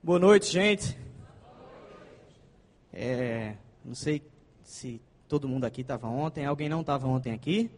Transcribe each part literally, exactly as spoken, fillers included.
Boa noite, gente. É, não sei se todo mundo aqui estava ontem. Alguém não estava ontem aqui?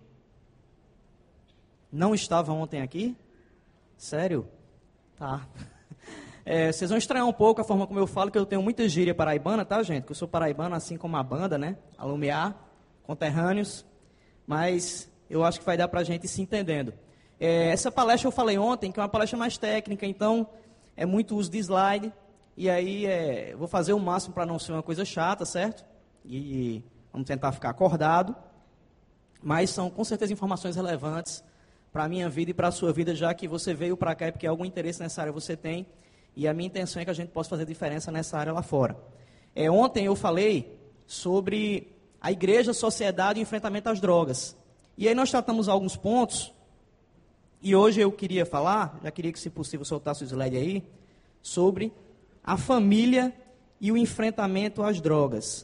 Não estava ontem aqui? Sério? Tá. É, vocês vão estranhar um pouco a forma como eu falo, que eu tenho muita gíria paraibana, tá, gente? Que eu sou paraibano, assim como a banda, né? A Lumiar, conterrâneos. Mas eu acho que vai dar para a gente ir se entendendo. É, essa palestra eu falei ontem, que é uma palestra mais técnica, então é muito uso de slide. E aí é, eu vou fazer o máximo para não ser uma coisa chata, certo? E vamos tentar ficar acordado. Mas são com certeza informações relevantes para a minha vida e para a sua vida, já que você veio para cá e porque algum interesse nessa área você tem. E a minha intenção é que a gente possa fazer diferença nessa área lá fora. É, ontem eu falei sobre a igreja, a sociedade e o enfrentamento às drogas. E aí nós tratamos alguns pontos. E hoje eu queria falar, já queria que, se possível, soltasse o slide aí, sobre a família e o enfrentamento às drogas.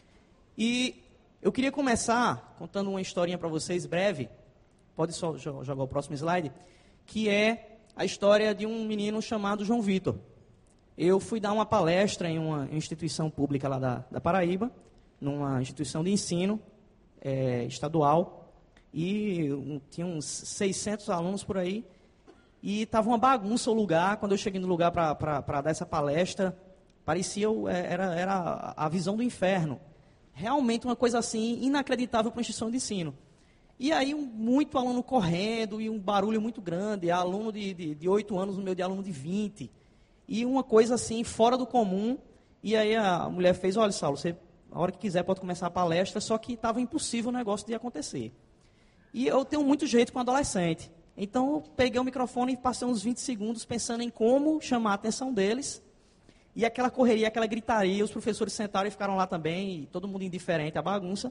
E eu queria começar contando uma historinha para vocês, breve, pode só jogar o próximo slide, que é a história de um menino chamado João Vitor. Eu fui dar uma palestra em uma instituição pública lá da, da Paraíba, numa instituição de ensino é, estadual, e um, tinha uns seiscentos alunos por aí, e estava uma bagunça o lugar. Quando eu cheguei no lugar para dar essa palestra, parecia, era, era a visão do inferno. Realmente uma coisa assim, inacreditável para uma instituição de ensino. E aí, um, muito aluno correndo, e um barulho muito grande, aluno de oito anos no meio de aluno de vinte, e uma coisa assim, fora do comum. E aí a mulher fez, olha, Saulo, você, a hora que quiser pode começar a palestra, só que estava impossível o negócio de acontecer. E eu tenho muito jeito com adolescente. Então, eu peguei o microfone e passei uns vinte segundos pensando em como chamar a atenção deles. E aquela correria, aquela gritaria, os professores sentaram e ficaram lá também, e todo mundo indiferente à bagunça.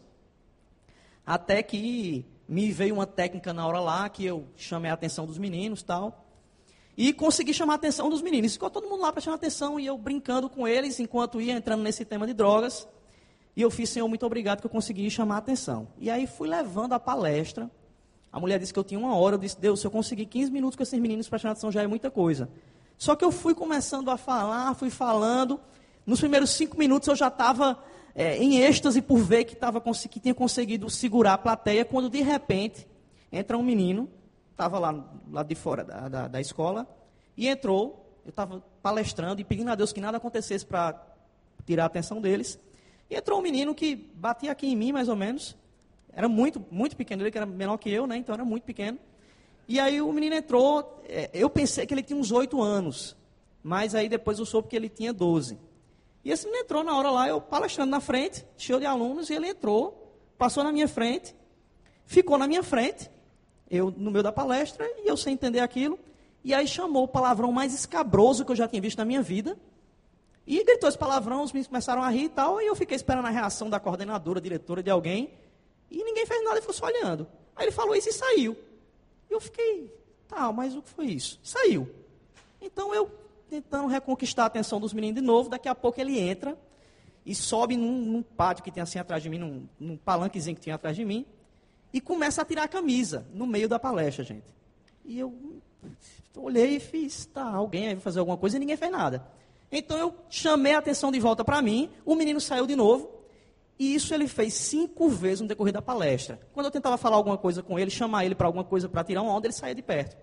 Até que me veio uma técnica na hora lá, que eu chamei a atenção dos meninos e tal. E consegui chamar a atenção dos meninos. Ficou todo mundo lá para chamar a atenção, e eu brincando com eles, enquanto ia entrando nesse tema de drogas. E eu fiz, Senhor, muito obrigado, que eu consegui chamar a atenção. E aí fui levando a palestra. A mulher disse que eu tinha uma hora. Eu disse, Deus, se eu conseguir quinze minutos com esses meninos para chamar a atenção, já é muita coisa. Só que eu fui começando a falar, fui falando. Nos primeiros cinco minutos eu já estava é, em êxtase por ver que, tava, que tinha conseguido segurar a plateia, quando de repente entra um menino, estava lá, lá de fora da, da, da escola, e entrou. Eu estava palestrando e pedindo a Deus que nada acontecesse para tirar a atenção deles. E entrou um menino que batia aqui em mim, mais ou menos. Era muito, muito pequeno, ele que era menor que eu, né? Então era muito pequeno. E aí o menino entrou, eu pensei que ele tinha uns oito anos, mas aí depois eu soube que ele tinha doze. E esse menino entrou na hora lá, eu palestrando na frente, cheio de alunos, e ele entrou, passou na minha frente, ficou na minha frente, eu no meio da palestra, e eu sem entender aquilo, e aí chamou o palavrão mais escabroso que eu já tinha visto na minha vida, e gritou esse palavrão, os meninos começaram a rir e tal, e eu fiquei esperando a reação da coordenadora, diretora, de alguém, e ninguém fez nada, e ficou só olhando. Aí ele falou isso e saiu. E eu fiquei, tá, mas o que foi isso? Saiu. Então eu, tentando reconquistar a atenção dos meninos de novo, daqui a pouco ele entra e sobe num, num pátio que tem assim atrás de mim, num, num palanquezinho que tinha atrás de mim, e começa a tirar a camisa no meio da palestra, gente. E eu olhei e fiz, tá, alguém aí vai fazer alguma coisa, e ninguém fez nada. Então eu chamei a atenção de volta para mim, o menino saiu de novo, e isso ele fez cinco vezes no decorrer da palestra. Quando eu tentava falar alguma coisa com ele, chamar ele para alguma coisa para tirar uma onda, ele saía de perto.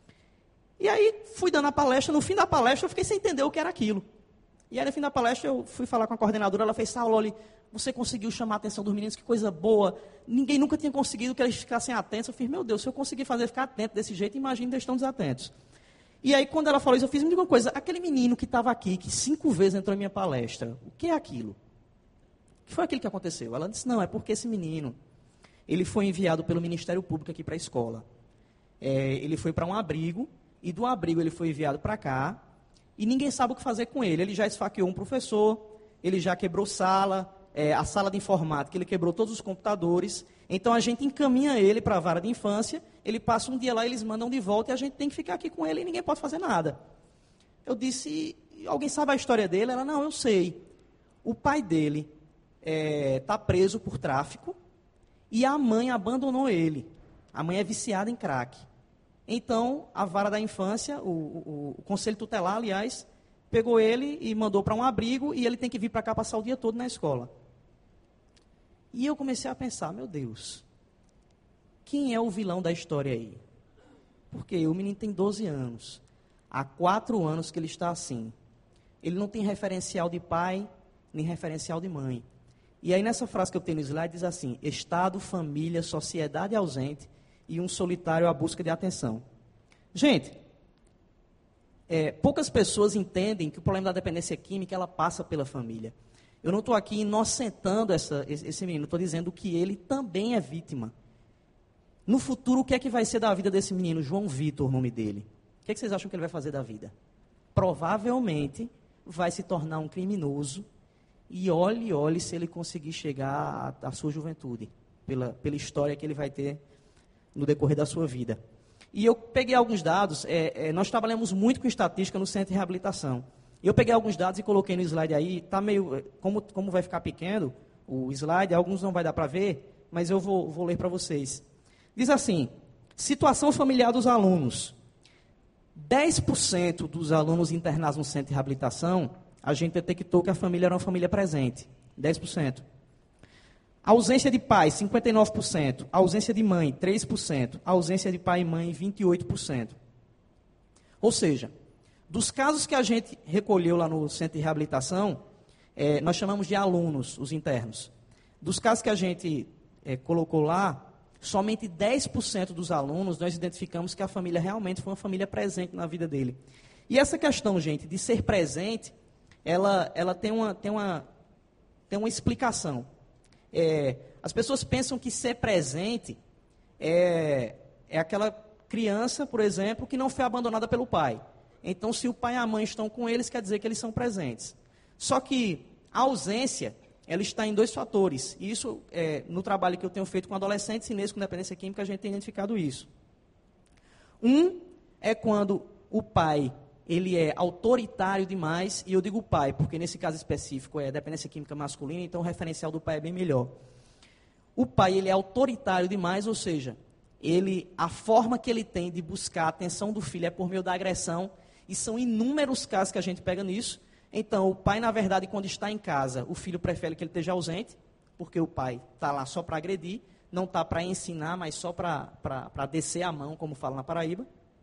E aí fui dando a palestra, no fim da palestra eu fiquei sem entender o que era aquilo. E aí no fim da palestra eu fui falar com a coordenadora, ela fez, Saulo, olha, você conseguiu chamar a atenção dos meninos, que coisa boa. Ninguém nunca tinha conseguido que eles ficassem atentos. Eu fiz, meu Deus, se eu conseguir fazer ficar atento desse jeito, imagina eles estão desatentos. E aí quando ela falou isso, eu fiz, me diga uma coisa, aquele menino que estava aqui, que cinco vezes entrou em minha palestra, o que é aquilo? O que foi aquilo que aconteceu? Ela disse, não, é porque esse menino, ele foi enviado pelo Ministério Público aqui para a escola. É, ele foi para um abrigo, e do abrigo ele foi enviado para cá, e ninguém sabe o que fazer com ele. Ele já esfaqueou um professor, ele já quebrou sala, é, a sala de informática, ele quebrou todos os computadores. Então a gente encaminha ele para a vara de infância, ele passa um dia lá, eles mandam de volta, e a gente tem que ficar aqui com ele, e ninguém pode fazer nada. Eu disse, alguém sabe a história dele? Ela, não, eu sei. O pai dele está é, preso por tráfico e a mãe abandonou ele. A mãe é viciada em crack. Então, a vara da infância, o, o, o conselho tutelar, aliás, pegou ele e mandou para um abrigo e ele tem que vir para cá passar o dia todo na escola. E eu comecei a pensar, meu Deus, quem é o vilão da história aí? Porque o menino tem doze anos, há quatro anos que ele está assim. Ele não tem referencial de pai, nem referencial de mãe. E aí nessa frase que eu tenho no slide diz assim, Estado, família, sociedade ausente e um solitário à busca de atenção. Gente, é, poucas pessoas entendem que o problema da dependência química ela passa pela família. Eu não estou aqui inocentando essa, esse menino, estou dizendo que ele também é vítima. No futuro, o que é que vai ser da vida desse menino? João Vitor, o nome dele. O que é que vocês acham que ele vai fazer da vida? Provavelmente vai se tornar um criminoso e olhe, olhe se ele conseguir chegar à, à sua juventude, pela, pela história que ele vai ter no decorrer da sua vida. E eu peguei alguns dados, é, é, nós trabalhamos muito com estatística no centro de reabilitação. Eu peguei alguns dados e coloquei no slide aí, tá meio, como, como vai ficar pequeno o slide, alguns não vai dar para ver, mas eu vou, vou ler para vocês. Diz assim, situação familiar dos alunos. dez por cento dos alunos internados no centro de reabilitação, a gente detectou que a família era uma família presente. dez por cento. Ausência de pai, cinquenta e nove por cento. Ausência de mãe, três por cento. Ausência de pai e mãe, vinte e oito por cento. Ou seja, dos casos que a gente recolheu lá no centro de reabilitação, é, nós chamamos de alunos, os internos. Dos casos que a gente é, colocou lá, somente dez por cento dos alunos nós identificamos que a família realmente foi uma família presente na vida dele. E essa questão, gente, de ser presente, ela, ela tem, uma, tem, uma, tem uma explicação. É, as pessoas pensam que ser presente é, é aquela criança, por exemplo, que não foi abandonada pelo pai. Então, se o pai e a mãe estão com eles, quer dizer que eles são presentes. Só que a ausência, ela está em dois fatores. E isso, é, no trabalho que eu tenho feito com adolescentes chineses com dependência química, a gente tem identificado isso. Um é quando o pai, ele é autoritário demais, e eu digo pai, porque nesse caso específico é dependência química masculina, então o referencial do pai é bem melhor. O pai, ele é autoritário demais, ou seja, ele, a forma que ele tem de buscar a atenção do filho é por meio da agressão, e são inúmeros casos que a gente pega nisso. Então, o pai, na verdade, quando está em casa, o filho prefere que ele esteja ausente, porque o pai está lá só para agredir, não está para ensinar, mas só para descer a mão, como fala na Paraíba.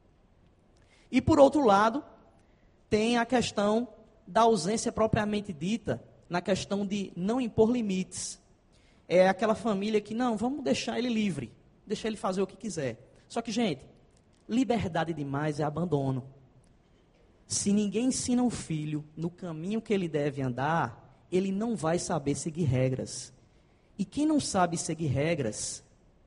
E, por outro lado, tem a questão da ausência propriamente dita, na questão de não impor limites. É aquela família que, não, vamos deixar ele livre, deixar ele fazer o que quiser. Só que, gente, liberdade demais é abandono. Se ninguém ensina o filho no caminho que ele deve andar, ele não vai saber seguir regras. E quem não sabe seguir regras,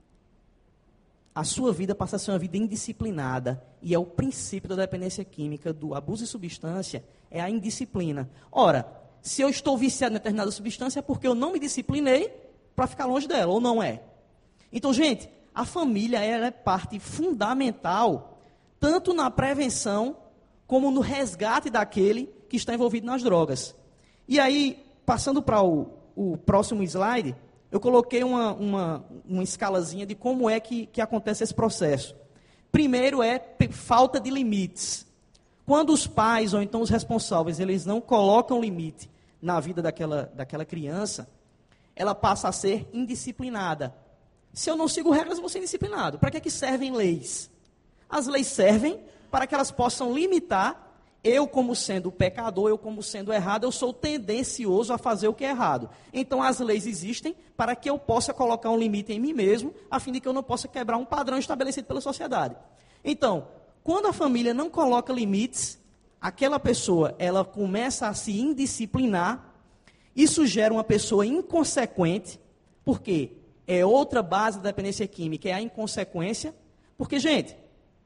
a sua vida passa a ser uma vida indisciplinada. E é o princípio da dependência química, do abuso de substância, é a indisciplina. Ora, se eu estou viciado em determinada substância é porque eu não me disciplinei para ficar longe dela, ou não é? Então, gente, a família ela é parte fundamental, tanto na prevenção, como no resgate daquele que está envolvido nas drogas. E aí, passando para o, o próximo slide, eu coloquei uma, uma, uma escalazinha de como é que, que acontece esse processo. Primeiro é falta de limites. Quando os pais, ou então os responsáveis, eles não colocam limite na vida daquela, daquela criança, ela passa a ser indisciplinada. Se eu não sigo regras, eu vou ser indisciplinado. Para que, que servem leis? As leis servem para que elas possam limitar, eu como sendo pecador, eu como sendo errado, eu sou tendencioso a fazer o que é errado. Então as leis existem para que eu possa colocar um limite em mim mesmo, a fim de que eu não possa quebrar um padrão estabelecido pela sociedade. Então, quando a família não coloca limites, aquela pessoa, ela começa a se indisciplinar, isso gera uma pessoa inconsequente, porque é outra base da dependência química, é a inconsequência, porque, gente,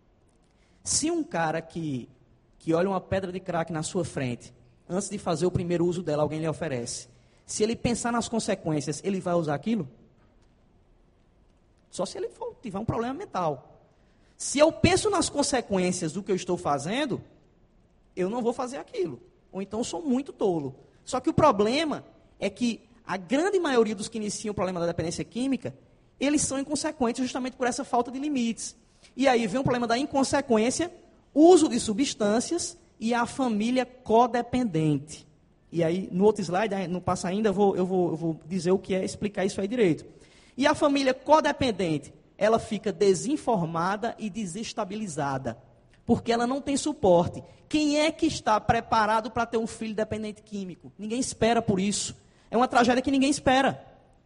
se um cara que, que olha uma pedra de crack na sua frente, antes de fazer o primeiro uso dela, alguém lhe oferece, se ele pensar nas consequências, ele vai usar aquilo? Só se ele for, tiver um problema mental. Se eu penso nas consequências do que eu estou fazendo, eu não vou fazer aquilo. Ou então eu sou muito tolo. Só que o problema é que a grande maioria dos que iniciam o problema da dependência química, eles são inconsequentes justamente por essa falta de limites. E aí vem o problema da inconsequência, uso de substâncias e a família codependente. E aí, no outro slide, não passa ainda, eu vou, eu vou, eu vou dizer o que é, explicar isso aí direito. E a família codependente, ela fica desinformada e desestabilizada, porque ela não tem suporte. Quem é que está preparado para ter um filho dependente químico? Ninguém espera por isso. É uma tragédia que ninguém espera.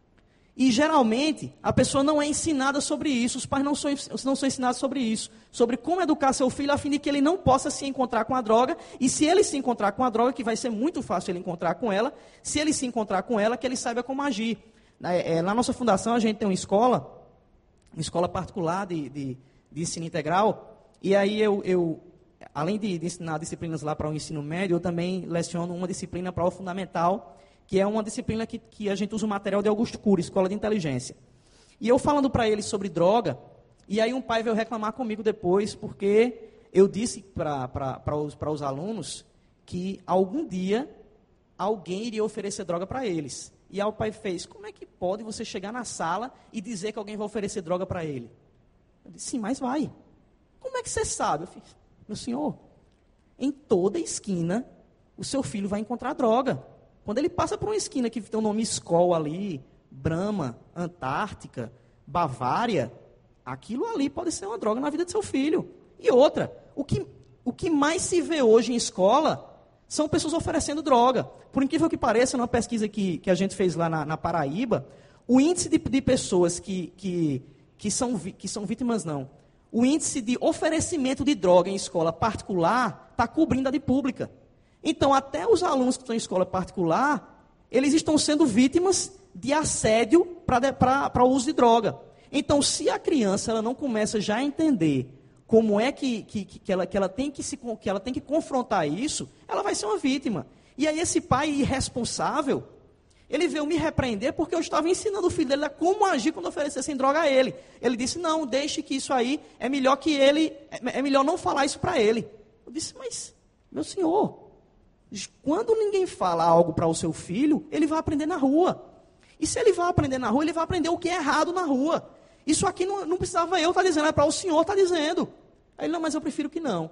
E, geralmente, a pessoa não é ensinada sobre isso, os pais não são, não são ensinados sobre isso, sobre como educar seu filho a fim de que ele não possa se encontrar com a droga, e se ele se encontrar com a droga, que vai ser muito fácil ele encontrar com ela, se ele se encontrar com ela, que ele saiba como agir. É, na nossa fundação, a gente tem uma escola, uma escola particular de, de, de ensino integral, e aí eu, eu além de, de ensinar disciplinas lá para o ensino médio, eu também leciono uma disciplina para o fundamental, que é uma disciplina que, que a gente usa o material de Augusto Cury, Escola de Inteligência. E eu falando para eles sobre droga, e aí um pai veio reclamar comigo depois, porque eu disse para os, os alunos que algum dia alguém iria oferecer droga para eles. E aí o pai fez, como é que pode você chegar na sala e dizer que alguém vai oferecer droga para ele? Eu disse, sim, mas vai. Como é que você sabe? Eu fiz, meu senhor, em toda esquina o seu filho vai encontrar droga. Quando ele passa por uma esquina que tem o nome Skol ali, Brahma, Antártica, Bavária, aquilo ali pode ser uma droga na vida do seu filho. E outra, o que, o que mais se vê hoje em escola são pessoas oferecendo droga. Por incrível que pareça, numa pesquisa que, que a gente fez lá na, na Paraíba, o índice de, de pessoas que, que, que, são, que são vítimas, não. O índice de oferecimento de droga em escola particular está cobrindo a de pública. Então, até os alunos que estão em escola particular, eles estão sendo vítimas de assédio para o uso de droga. Então, se a criança ela não começa já a entender como é que, que, que, ela, que, ela tem que, se, que ela tem que confrontar isso, ela vai ser uma vítima. E aí esse pai irresponsável, ele veio me repreender porque eu estava ensinando o filho dele a como agir quando oferecessem droga a ele. Ele disse, não, deixe que isso aí é melhor que ele, é, é melhor não falar isso para ele. Eu disse, mas, meu senhor... Quando ninguém fala algo para o seu filho, ele vai aprender na rua. E se ele vai aprender na rua, ele vai aprender o que é errado na rua. Isso aqui não, não precisava eu estar dizendo, é para o senhor estar dizendo. Aí ele, não, mas eu prefiro que não.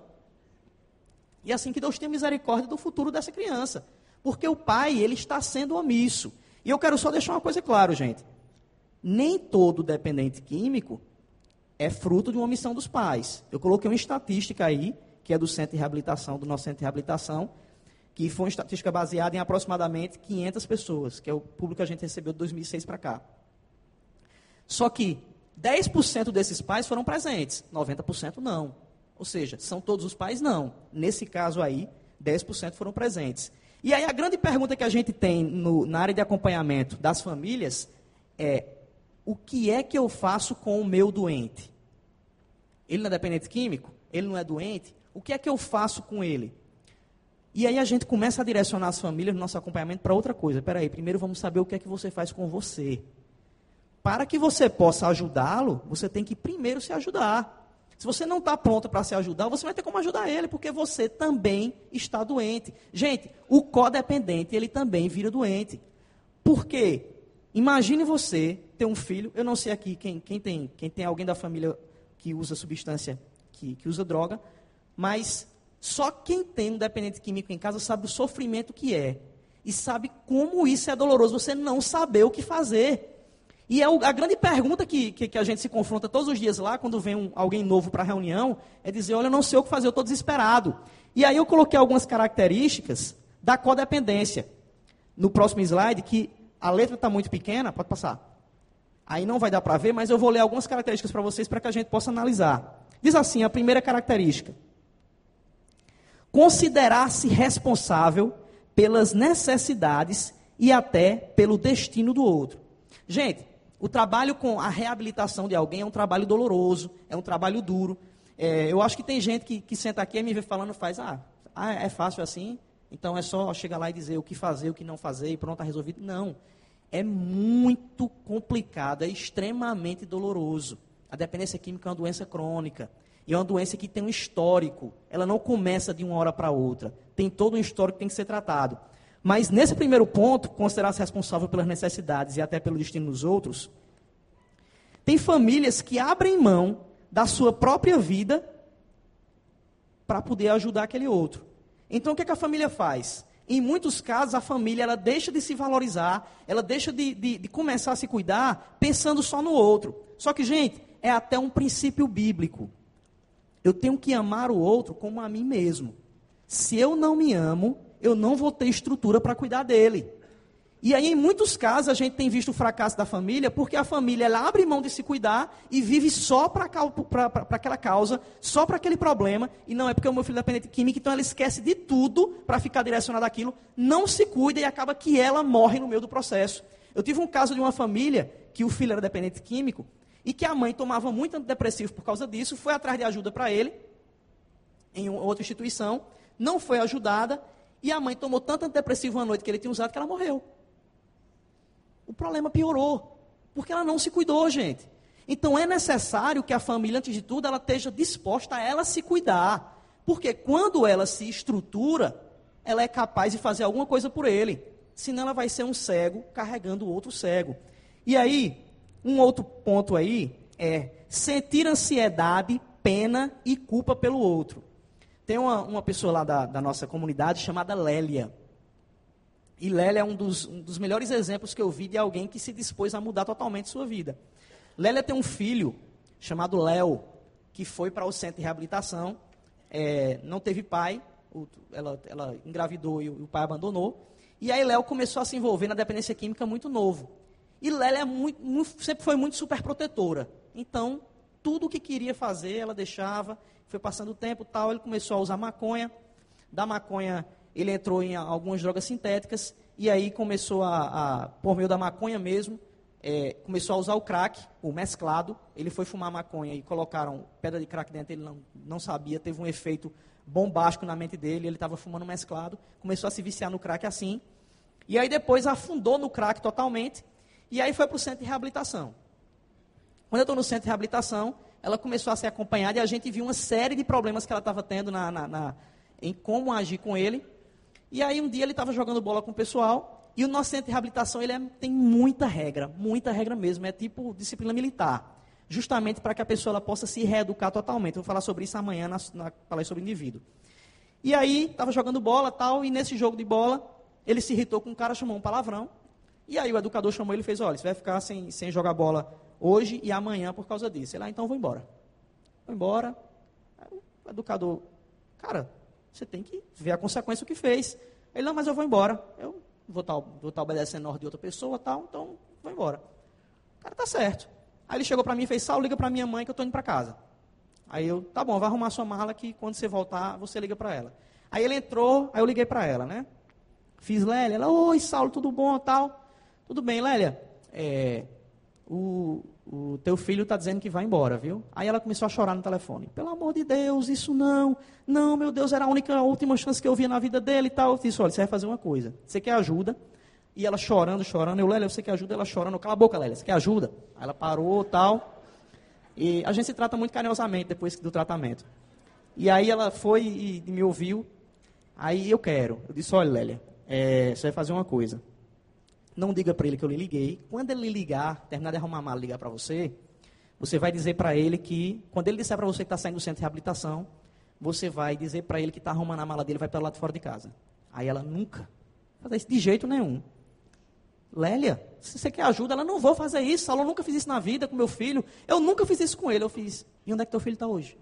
E é assim que Deus tenha misericórdia do futuro dessa criança. Porque o pai, ele está sendo omisso. E eu quero só deixar uma coisa clara, gente. Nem todo dependente químico é fruto de uma omissão dos pais. Eu coloquei uma estatística aí, que é do Centro de Reabilitação, do nosso Centro de Reabilitação, que foi uma estatística baseada em aproximadamente quinhentas pessoas, que é o público que a gente recebeu de dois mil e seis para cá. Só que dez por cento desses pais foram presentes, noventa por cento não. Ou seja, são todos os pais? Não. Nesse caso aí, dez por cento foram presentes. E aí a grande pergunta que a gente tem no, na área de acompanhamento das famílias é, o que é que eu faço com o meu doente? Ele não é dependente químico? Ele não é doente? O que é que eu faço com ele? E aí a gente começa a direcionar as famílias no nosso acompanhamento para outra coisa. Espera aí, primeiro vamos saber o que é que você faz com você. Para que você possa ajudá-lo, você tem que primeiro se ajudar. Se você não está pronto para se ajudar, você vai ter como ajudar ele, porque você também está doente. Gente, o codependente, ele também vira doente. Por quê? Imagine você ter um filho, eu não sei aqui quem, quem, tem, quem tem alguém da família que usa substância, que, que usa droga, mas... Só quem tem um dependente químico em casa sabe o sofrimento que é. E sabe como isso é doloroso, você não saber o que fazer. E é a grande pergunta que, que, que a gente se confronta todos os dias lá, quando vem um, alguém novo para a reunião, é dizer, olha, eu não sei o que fazer, eu estou desesperado. E aí eu coloquei algumas características da codependência. No próximo slide, que a letra está muito pequena, pode passar. Aí não vai dar para ver, mas eu vou ler algumas características para vocês, para que a gente possa analisar. Diz assim, a primeira característica. Considerar-se responsável pelas necessidades e até pelo destino do outro. Gente, o trabalho com a reabilitação de alguém é um trabalho doloroso, é um trabalho duro. É, eu acho que tem gente que, que senta aqui e me vê falando e faz, ah, ah, é fácil assim, então é só chegar lá e dizer o que fazer, o que não fazer e pronto, está resolvido. Não, é muito complicado, é extremamente doloroso. A dependência química é uma doença crônica. E é uma doença que tem um histórico. Ela não começa de uma hora para outra. Tem todo um histórico que tem que ser tratado. Mas nesse primeiro ponto, considerar-se responsável pelas necessidades e até pelo destino dos outros, tem famílias que abrem mão da sua própria vida para poder ajudar aquele outro. Então, o que, é que a família faz? Em muitos casos, a família ela deixa de se valorizar, ela deixa de, de, de começar a se cuidar pensando só no outro. Só que, gente, é até um princípio bíblico. Eu tenho que amar o outro como a mim mesmo. Se eu não me amo, eu não vou ter estrutura para cuidar dele. E aí, em muitos casos, a gente tem visto o fracasso da família, porque a família ela abre mão de se cuidar e vive só para aquela causa, só para aquele problema, e não é porque o meu filho é dependente químico, então ela esquece de tudo para ficar direcionada àquilo, não se cuida e acaba que ela morre no meio do processo. Eu tive um caso de uma família que o filho era dependente químico e que a mãe tomava muito antidepressivo por causa disso, foi atrás de ajuda para ele, em outra instituição, não foi ajudada, e a mãe tomou tanto antidepressivo uma noite que ele tinha usado que ela morreu. O problema piorou, porque ela não se cuidou, gente. Então é necessário que a família, antes de tudo, ela esteja disposta a ela se cuidar. Porque quando ela se estrutura, ela é capaz de fazer alguma coisa por ele. Senão ela vai ser um cego carregando o outro cego. E aí, um outro ponto aí é sentir ansiedade, pena e culpa pelo outro. Tem uma, uma pessoa lá da, da nossa comunidade chamada Lélia. E Lélia é um dos, um dos melhores exemplos que eu vi de alguém que se dispôs a mudar totalmente sua vida. Lélia tem um filho chamado Léo, que foi para o centro de reabilitação, é, não teve pai, o, ela, ela engravidou e o, o pai abandonou. E aí Léo começou a se envolver na dependência química muito novo. E Lélia é muito, muito, sempre foi muito superprotetora. Então, tudo o que queria fazer, ela deixava. Foi passando o tempo e tal, ele começou a usar maconha. Da maconha, ele entrou em algumas drogas sintéticas. E aí começou a, a por meio da maconha mesmo, é, começou a usar o crack, o mesclado. Ele foi fumar maconha e colocaram pedra de crack dentro, ele não, não sabia, teve um efeito bombástico na mente dele, ele estava fumando mesclado, começou a se viciar no crack assim. E aí depois afundou no crack totalmente, e aí foi para o centro de reabilitação. Quando eu estou no centro de reabilitação, ela começou a ser acompanhada e a gente viu uma série de problemas que ela estava tendo na, na, na, em como agir com ele. E aí um dia ele estava jogando bola com o pessoal, e o nosso centro de reabilitação ele é, tem muita regra, muita regra mesmo, é tipo disciplina militar, justamente para que a pessoa ela possa se reeducar totalmente. Eu vou falar sobre isso amanhã na, na palestra sobre o indivíduo. E aí, estava jogando bola tal, e nesse jogo de bola, ele se irritou com um cara, chamou um palavrão, e aí o educador chamou ele e fez, olha, você vai ficar sem, sem jogar bola hoje e amanhã por causa disso. Ele, ah, então vou embora. Vou embora. Aí, o educador, cara, você tem que ver a consequência do que fez. Ele, não, mas eu vou embora. Eu vou estar vou tá obedecendo a ordem de outra pessoa, tal, então vou embora. O cara tá certo. Aí ele chegou para mim e fez, Saulo, liga para minha mãe que eu estou indo para casa. Aí eu, tá bom, vai arrumar sua mala que quando você voltar, você liga para ela. Aí ele entrou, aí eu liguei para ela, né? Fiz Lélia, ela, oi, Saulo, tudo bom, tal? Tudo bem, Lélia, é, o, o teu filho está dizendo que vai embora, viu? Aí ela começou a chorar no telefone. Pelo amor de Deus, isso não. Não, meu Deus, era a única, a última chance que eu via na vida dele e tal. Eu disse, olha, você vai fazer uma coisa. Você quer ajuda? E ela chorando, chorando. Eu, Lélia, você quer ajuda? Ela chorando. Cala a boca, Lélia, você quer ajuda? Aí ela parou, tal. E a gente se trata muito carinhosamente depois do tratamento. E aí ela foi e, e me ouviu. Aí eu quero. Eu disse, olha, Lélia, é, você vai fazer uma coisa. Não diga para ele que eu lhe liguei. Quando ele lhe ligar, terminar de arrumar a mala e ligar para você, você vai dizer para ele que, quando ele disser para você que está saindo do centro de reabilitação, você vai dizer para ele que está arrumando a mala dele e vai para o lado de fora de casa. Aí ela nunca fazer isso de jeito nenhum. Lélia, se você quer ajuda, ela não vou fazer isso. Saulo, eu nunca fiz isso na vida com meu filho. Eu nunca fiz isso com ele. Eu fiz. E onde é que teu filho está hoje?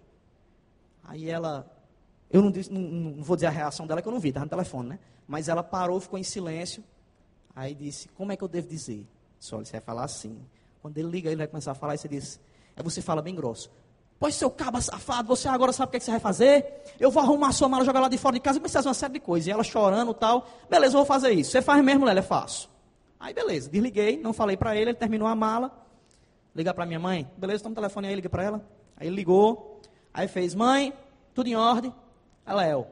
Aí ela, eu não, disse, não, não vou dizer a reação dela que eu não vi, estava no telefone, né? Mas ela parou, ficou em silêncio. Aí disse, como é que eu devo dizer? Disse, olha, você vai falar assim. Quando ele liga, ele vai começar a falar e você diz, aí você fala bem grosso. Pois, seu caba safado, você agora sabe o que, é que você vai fazer? Eu vou arrumar a sua mala, jogar lá de fora de casa e começar a fazer uma série de coisas. E ela chorando e tal. Beleza, eu vou fazer isso. Você faz mesmo, Lélia? Faço. Aí, beleza. Desliguei, não falei para ele, ele terminou a mala. Ligar para minha mãe. Beleza, toma o telefone aí, liga para ela. Aí ele ligou. Aí fez, mãe, tudo em ordem. Ela é,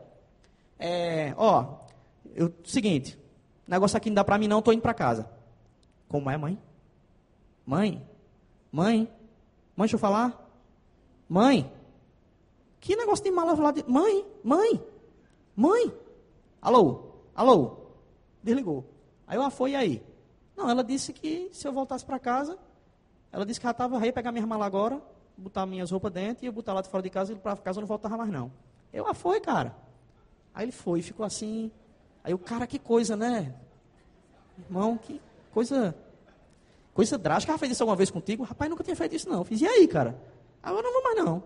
é ó, eu, seguinte... O negócio aqui não dá para mim não, estou indo para casa. Como é, mãe? Mãe? Mãe? Mãe, deixa eu falar? Mãe? Que negócio de mala lá de... Mãe? Mãe? Mãe? Alô? Alô? Desligou. Aí eu, ah, foi, e aí? Não, ela disse que se eu voltasse para casa, ela disse que já estava, ia pegar minha mala agora, botar minhas roupas dentro, e ia botar lá de fora de casa, e para casa eu não voltava mais não. Eu, ah, foi, cara. Aí ele foi, ficou assim. Aí o cara, que coisa, né? Irmão, que coisa, coisa drástica. Ela fez isso alguma vez contigo? Rapaz, nunca tinha feito isso não. Eu fiz, e aí, cara? Agora não vou mais não.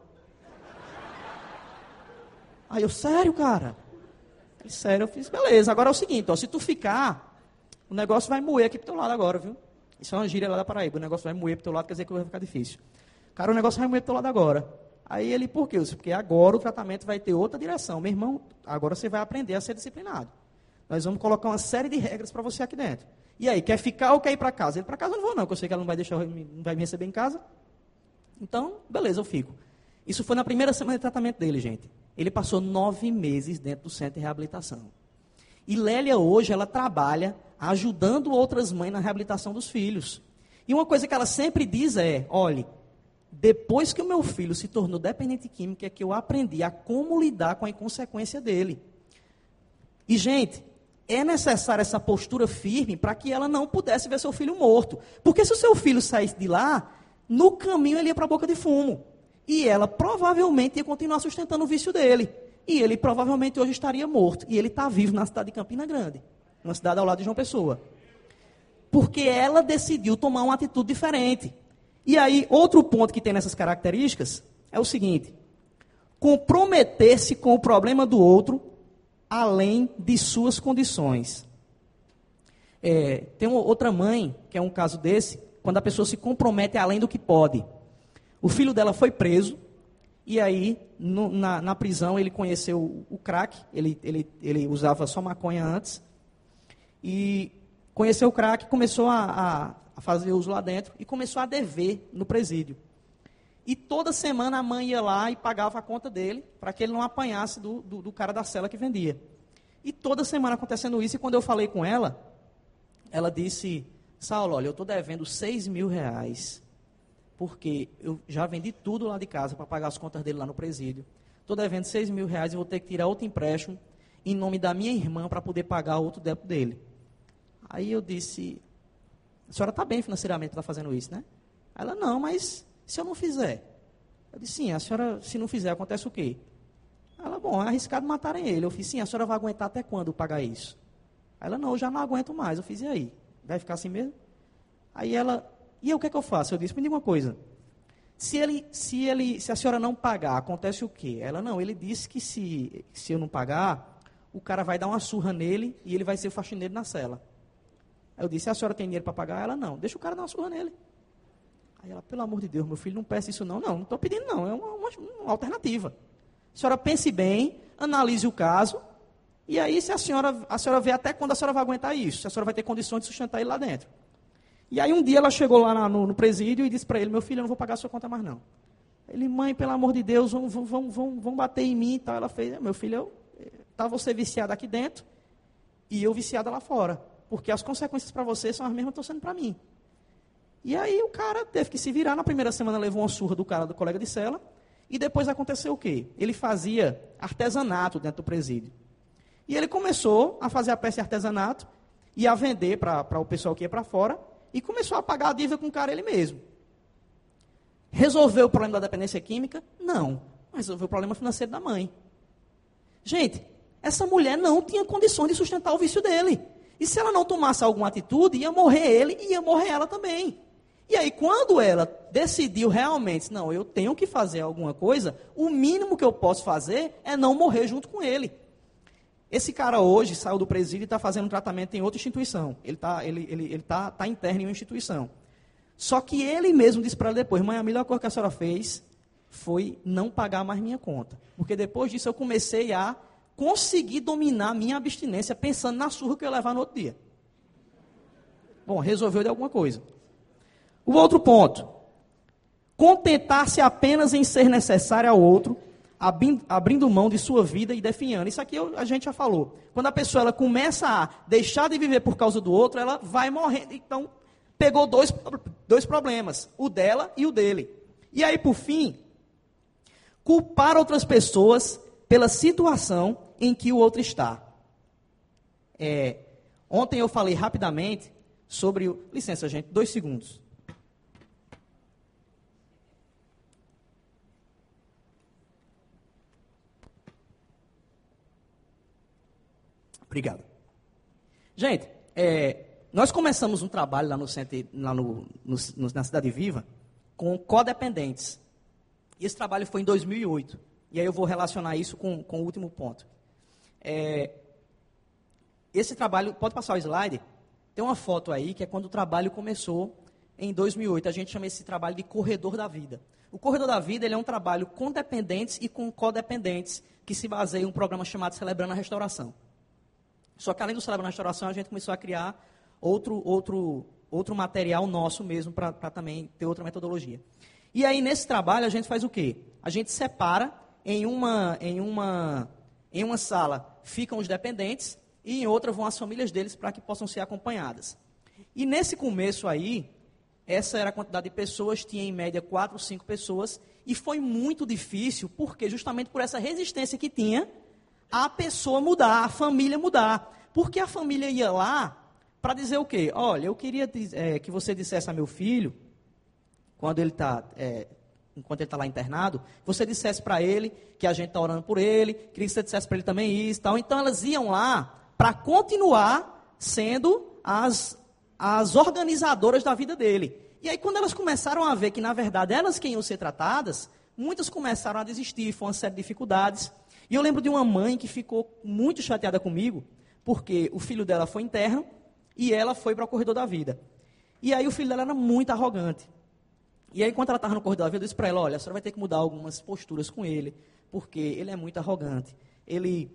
Aí eu, sério, cara? Ele, sério, eu fiz, beleza. Agora é o seguinte, ó, se tu ficar, o negócio vai moer aqui pro teu lado agora, viu? Isso é uma gíria lá da Paraíba, o negócio vai moer pro teu lado, quer dizer que vai ficar difícil. Cara, o negócio vai moer pro teu lado agora. Aí ele, por quê? Eu disse, porque agora o tratamento vai ter outra direção. Meu irmão, agora você vai aprender a ser disciplinado. Nós vamos colocar uma série de regras para você aqui dentro. E aí, quer ficar ou quer ir para casa? Ele, para casa eu não vou não, porque eu sei que ela não vai, deixar, não vai me receber em casa. Então, beleza, eu fico. Isso foi na primeira semana de tratamento dele, gente. Ele passou nove meses dentro do centro de reabilitação. E Lélia hoje, ela trabalha ajudando outras mães na reabilitação dos filhos. E uma coisa que ela sempre diz é, olhe, depois que o meu filho se tornou dependente químico, é que eu aprendi a como lidar com a inconsequência dele. E, gente, é necessária essa postura firme para que ela não pudesse ver seu filho morto. Porque se o seu filho saísse de lá, no caminho ele ia para a boca de fumo. E ela provavelmente ia continuar sustentando o vício dele. E ele provavelmente hoje estaria morto. E ele está vivo na cidade de Campina Grande, uma cidade ao lado de João Pessoa. Porque ela decidiu tomar uma atitude diferente. E aí, outro ponto que tem nessas características é o seguinte: comprometer-se com o problema do outro além de suas condições. É, tem uma outra mãe, que é um caso desse, quando a pessoa se compromete além do que pode. O filho dela foi preso, e aí, no, na, na prisão, ele conheceu o, o crack, ele, ele, ele usava só maconha antes, e conheceu o crack, começou a, a, a fazer uso lá dentro, e começou a dever no presídio. E toda semana a mãe ia lá e pagava a conta dele, para que ele não apanhasse do, do, do cara da cela que vendia. E toda semana acontecendo isso, e quando eu falei com ela, ela disse, Saulo, olha, eu estou devendo seis mil reais, porque eu já vendi tudo lá de casa para pagar as contas dele lá no presídio. Estou devendo seis mil reais e vou ter que tirar outro empréstimo em nome da minha irmã para poder pagar outro débito dele. Aí eu disse, a senhora está bem financeiramente para estar fazendo isso, né? Ela, não, mas se eu não fizer? Eu disse, sim, a senhora, se não fizer, acontece o quê? Ela, bom, é arriscado matarem ele. Eu fiz, sim, a senhora vai aguentar até quando pagar isso? Ela, não, eu já não aguento mais. Eu fiz, e aí? Vai ficar assim mesmo? Aí ela, e eu, o que é que eu faço? Eu disse, me diga uma coisa, se, ele, se, ele, se a senhora não pagar, acontece o quê? Ela, não, ele disse que se, se eu não pagar, o cara vai dar uma surra nele e ele vai ser o faxineiro na cela. Aí eu disse, a senhora tem dinheiro para pagar? Ela, não, deixa o cara dar uma surra nele. Aí ela, pelo amor de Deus, meu filho, não peça isso não. Não, não estou pedindo não, é uma, uma, uma alternativa. A senhora pense bem, analise o caso, e aí se a senhora, a senhora vê até quando a senhora vai aguentar isso, se a senhora vai ter condições de sustentar ele lá dentro. E aí um dia ela chegou lá na, no, no presídio e disse para ele, meu filho, eu não vou pagar a sua conta mais não. Ele, mãe, pelo amor de Deus, vão, vão, vão, vão, vão bater em mim e tal. Ela fez, meu filho, está você viciado aqui dentro e eu viciada lá fora, porque as consequências para você são as mesmas que estão sendo para mim. E aí o cara teve que se virar, na primeira semana levou uma surra do cara, do colega de cela, e depois aconteceu o quê? Ele fazia artesanato dentro do presídio. E ele começou a fazer a peça de artesanato e a vender para o pessoal que ia para fora, e começou a pagar a dívida com o cara ele mesmo. Resolveu o problema da dependência química? Não. Mas resolveu o problema financeiro da mãe. Gente, essa mulher não tinha condições de sustentar o vício dele. E se ela não tomasse alguma atitude, ia morrer ele e ia morrer ela também. E aí, quando ela decidiu realmente, não, eu tenho que fazer alguma coisa, o mínimo que eu posso fazer é não morrer junto com ele. Esse cara hoje saiu do presídio e está fazendo um tratamento em outra instituição. Ele está ele, ele, ele tá, tá interno em uma instituição. Só que ele mesmo disse para ela depois, mãe, a melhor coisa que a senhora fez foi não pagar mais minha conta. Porque depois disso eu comecei a conseguir dominar a minha abstinência pensando na surra que eu ia levar no outro dia. Bom, resolveu de alguma coisa. O outro ponto, contentar-se apenas em ser necessário ao outro, abrindo mão de sua vida e definhando. Isso aqui a gente já falou. Quando a pessoa ela começa a deixar de viver por causa do outro, ela vai morrendo. Então, pegou dois, dois problemas, o dela e o dele. E aí, por fim, culpar outras pessoas pela situação em que o outro está. É, ontem eu falei rapidamente sobre... O, licença, gente, dois segundos. Obrigado. Gente, é, nós começamos um trabalho lá, no, lá no, no, no, na Cidade Viva com codependentes. E esse trabalho foi em dois mil e oito. E aí eu vou relacionar isso com, com o último ponto. É, esse trabalho, pode passar o slide? Tem uma foto aí que é quando o trabalho começou em dois mil e oito. A gente chama esse trabalho de Corredor da Vida. O Corredor da Vida ele é um trabalho com dependentes e com codependentes que se baseia em um programa chamado Celebrando a Restauração. Só que além do Celebrando a Restauração, a gente começou a criar outro, outro, outro material nosso mesmo para também ter outra metodologia. E aí, nesse trabalho, a gente faz o quê? A gente separa em uma, em uma, em uma sala, ficam os dependentes e em outra vão as famílias deles para que possam ser acompanhadas. E nesse começo aí, essa era a quantidade de pessoas, tinha em média quatro, cinco pessoas, e foi muito difícil, porque justamente por essa resistência que tinha, a pessoa mudar, a família mudar. Porque a família ia lá para dizer o quê? Olha, eu queria é, que você dissesse a meu filho, quando ele está, é, enquanto ele está lá internado, você dissesse para ele que a gente está orando por ele, queria que você dissesse para ele também isso e tal. Então elas iam lá para continuar sendo as, as organizadoras da vida dele. E aí quando elas começaram a ver que, na verdade, elas que iam ser tratadas, muitas começaram a desistir, foi uma série de dificuldades. E eu lembro de uma mãe que ficou muito chateada comigo, porque o filho dela foi interno e ela foi para o Corredor da Vida. E aí o filho dela era muito arrogante. E aí, enquanto ela estava no Corredor da Vida, eu disse para ela, olha, a senhora vai ter que mudar algumas posturas com ele, porque ele é muito arrogante. Ele,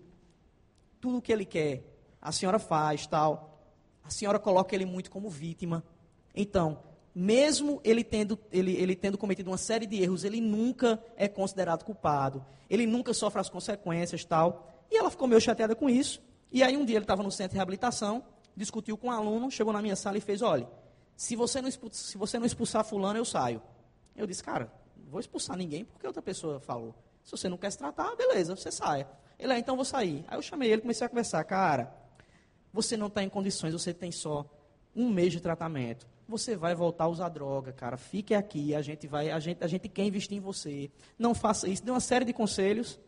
tudo o que ele quer, a senhora faz, tal. A senhora coloca ele muito como vítima. Então, mesmo ele tendo, ele, ele tendo cometido uma série de erros, ele nunca é considerado culpado. Ele nunca sofre as consequências, tal. E ela ficou meio chateada com isso. E aí, um dia, ele estava no centro de reabilitação, discutiu com um aluno, chegou na minha sala e fez, olha, se você não expulsar, se você não expulsar fulano, eu saio. Eu disse, cara, não vou expulsar ninguém porque outra pessoa falou. Se você não quer se tratar, beleza, você saia. Ele, ah, então vou sair. Aí eu chamei ele, comecei a conversar, cara, você não está em condições, você tem só um mês de tratamento. Você vai voltar a usar droga, cara, fique aqui, a gente, vai, a gente, a gente quer investir em você. Não faça isso. Deu uma série de conselhos.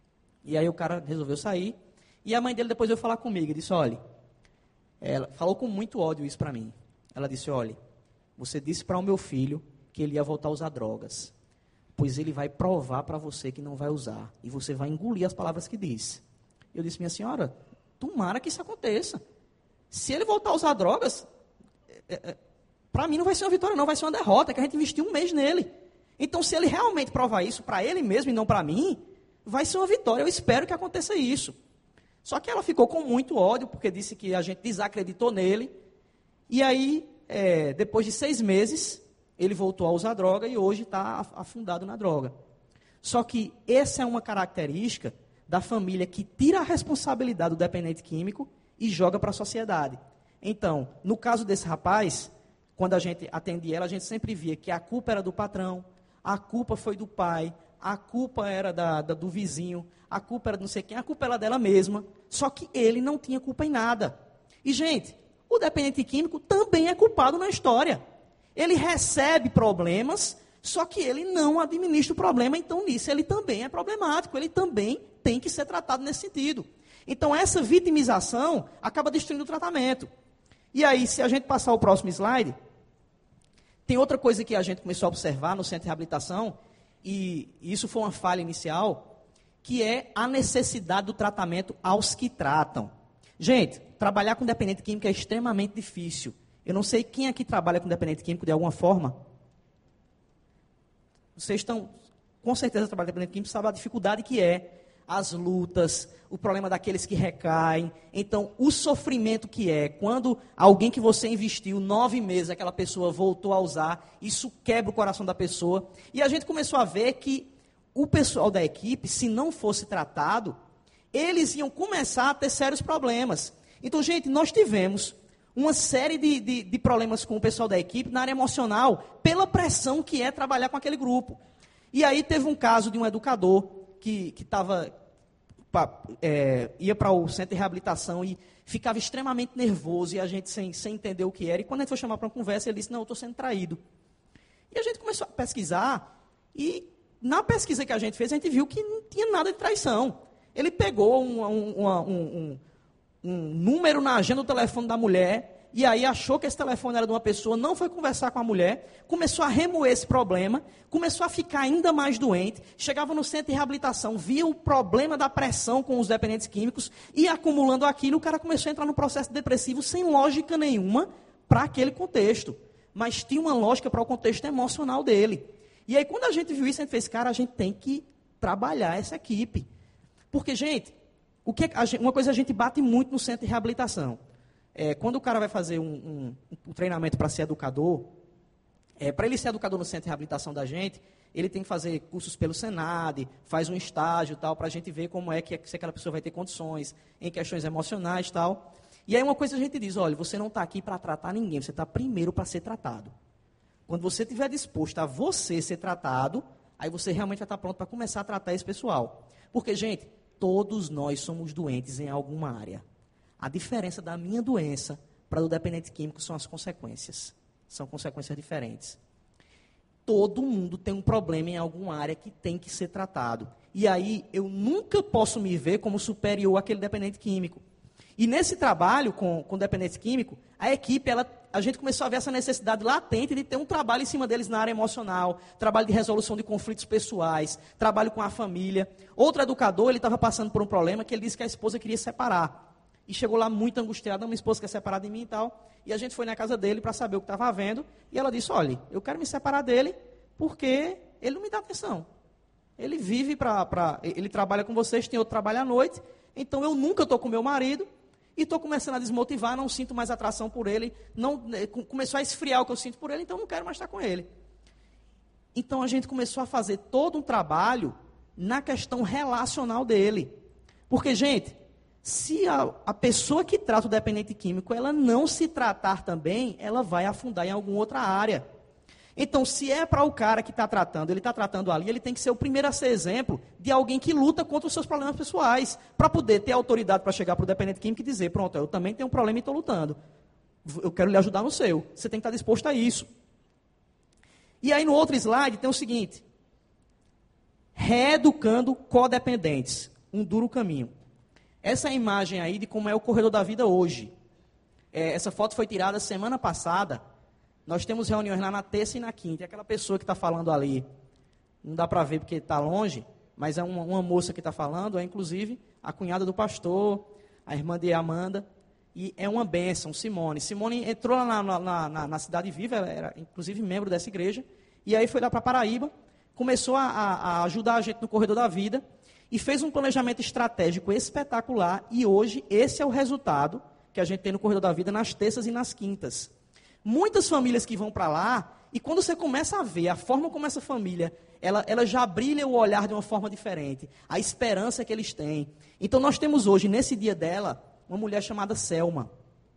E aí o cara resolveu sair. E a mãe dele depois veio falar comigo e disse, olha, ela falou com muito ódio isso para mim. Ela disse, olha, você disse para o meu filho que ele ia voltar a usar drogas, pois ele vai provar para você que não vai usar, e você vai engolir as palavras que disse. Eu disse, minha senhora, tomara que isso aconteça. Se ele voltar a usar drogas, é, é, para mim não vai ser uma vitória não, vai ser uma derrota, que a gente investiu um mês nele. Então, se ele realmente provar isso para ele mesmo e não para mim, vai ser uma vitória, eu espero que aconteça isso. Só que ela ficou com muito ódio, porque disse que a gente desacreditou nele. E aí, é, depois de seis meses, ele voltou a usar droga e hoje está afundado na droga. Só que essa é uma característica da família que tira a responsabilidade do dependente químico e joga para a sociedade. Então, no caso desse rapaz, quando a gente atendia ela, a gente sempre via que a culpa era do patrão, a culpa foi do pai, a culpa era da, da, do vizinho, a culpa era de não sei quem, a culpa era dela mesma. Só que ele não tinha culpa em nada. E, gente, o dependente químico também é culpado na história. Ele recebe problemas, só que ele não administra o problema, então nisso ele também é problemático, ele também tem que ser tratado nesse sentido. Então essa vitimização acaba destruindo o tratamento. E aí, se a gente passar o próximo slide, tem outra coisa que a gente começou a observar no centro de reabilitação, e isso foi uma falha inicial, que é a necessidade do tratamento aos que tratam. Gente, trabalhar com dependente químico é extremamente difícil. Eu não sei quem aqui trabalha com dependente químico de alguma forma. Vocês estão, com certeza, trabalhando com dependente químico, sabem a dificuldade que é, as lutas, o problema daqueles que recaem. Então, o sofrimento que é, quando alguém que você investiu nove meses, aquela pessoa voltou a usar, isso quebra o coração da pessoa. E a gente começou a ver que o pessoal da equipe, se não fosse tratado, eles iam começar a ter sérios problemas. Então, gente, nós tivemos uma série de, de, de problemas com o pessoal da equipe na área emocional, pela pressão que é trabalhar com aquele grupo. E aí teve um caso de um educador que, que tava, é, ia para o centro de reabilitação e ficava extremamente nervoso, e a gente sem, sem entender o que era. E quando a gente foi chamar para uma conversa, ele disse, não, eu estou sendo traído. E a gente começou a pesquisar, e na pesquisa que a gente fez, a gente viu que não tinha nada de traição. Ele pegou um, um, um, um um número na agenda do telefone da mulher, e aí achou que esse telefone era de uma pessoa, não foi conversar com a mulher, começou a remoer esse problema, começou a ficar ainda mais doente, chegava no centro de reabilitação, via o problema da pressão com os dependentes químicos, e acumulando aquilo, o cara começou a entrar no processo depressivo sem lógica nenhuma para aquele contexto. Mas tinha uma lógica para o contexto emocional dele. E aí, quando a gente viu isso, a gente fez, cara, a gente tem que trabalhar essa equipe. Porque, gente, o que a gente, uma coisa a gente bate muito no centro de reabilitação. É, quando o cara vai fazer um, um, um treinamento para ser educador, é, para ele ser educador no centro de reabilitação da gente, ele tem que fazer cursos pelo Senad, faz um estágio e tal, para a gente ver como é que se aquela pessoa vai ter condições em questões emocionais e tal. E aí uma coisa a gente diz, olha, você não está aqui para tratar ninguém, você está primeiro para ser tratado. Quando você estiver disposto a você ser tratado, aí você realmente vai estar pronto para começar a tratar esse pessoal. Porque, gente, todos nós somos doentes em alguma área. A diferença da minha doença para do dependente químico são as consequências. São consequências diferentes. Todo mundo tem um problema em alguma área que tem que ser tratado. E aí, eu nunca posso me ver como superior àquele dependente químico. E nesse trabalho com, com dependente químico, a equipe, ela, a gente começou a ver essa necessidade latente de ter um trabalho em cima deles na área emocional, trabalho de resolução de conflitos pessoais, trabalho com a família. Outro educador, ele estava passando por um problema que ele disse que a esposa queria separar. E chegou lá muito angustiada, minha esposa quer separar de mim e tal. E a gente foi na casa dele para saber o que estava havendo. E ela disse, olha, eu quero me separar dele porque ele não me dá atenção. Ele vive para... Ele trabalha com vocês, tem outro trabalho à noite. Então eu nunca estou com meu marido. E estou começando a desmotivar, não sinto mais atração por ele. Não, começou a esfriar o que eu sinto por ele, então não quero mais estar com ele. Então a gente começou a fazer todo um trabalho na questão relacional dele. Porque, gente... Se a, a pessoa que trata o dependente químico, ela não se tratar também, ela vai afundar em alguma outra área. Então, se é para o cara que está tratando, ele está tratando ali, ele tem que ser o primeiro a ser exemplo de alguém que luta contra os seus problemas pessoais, para poder ter autoridade para chegar para o dependente químico e dizer, pronto, eu também tenho um problema e estou lutando. Eu quero lhe ajudar no seu. Você tem que estar disposto a isso. E aí, no outro slide, tem o seguinte. Reeducando codependentes. Um duro caminho. Essa é a imagem aí de como é o corredor da vida hoje. É, essa foto foi tirada semana passada. Nós temos reuniões lá na terça e na quinta. E aquela pessoa que está falando ali, não dá para ver porque está longe, mas é uma, uma moça que está falando, é inclusive a cunhada do pastor, a irmã de Amanda, e é uma bênção, Simone. Simone entrou lá na, na, na, na Cidade Viva, ela era inclusive membro dessa igreja, e aí foi lá para Paraíba, começou a, a ajudar a gente no corredor da vida, e fez um planejamento estratégico espetacular, e hoje esse é o resultado que a gente tem no Corredor da Vida nas terças e nas quintas. Muitas famílias que vão para lá, e quando você começa a ver a forma como essa família, ela, ela já brilha o olhar de uma forma diferente, a esperança que eles têm. Então nós temos hoje, nesse dia dela, uma mulher chamada Selma.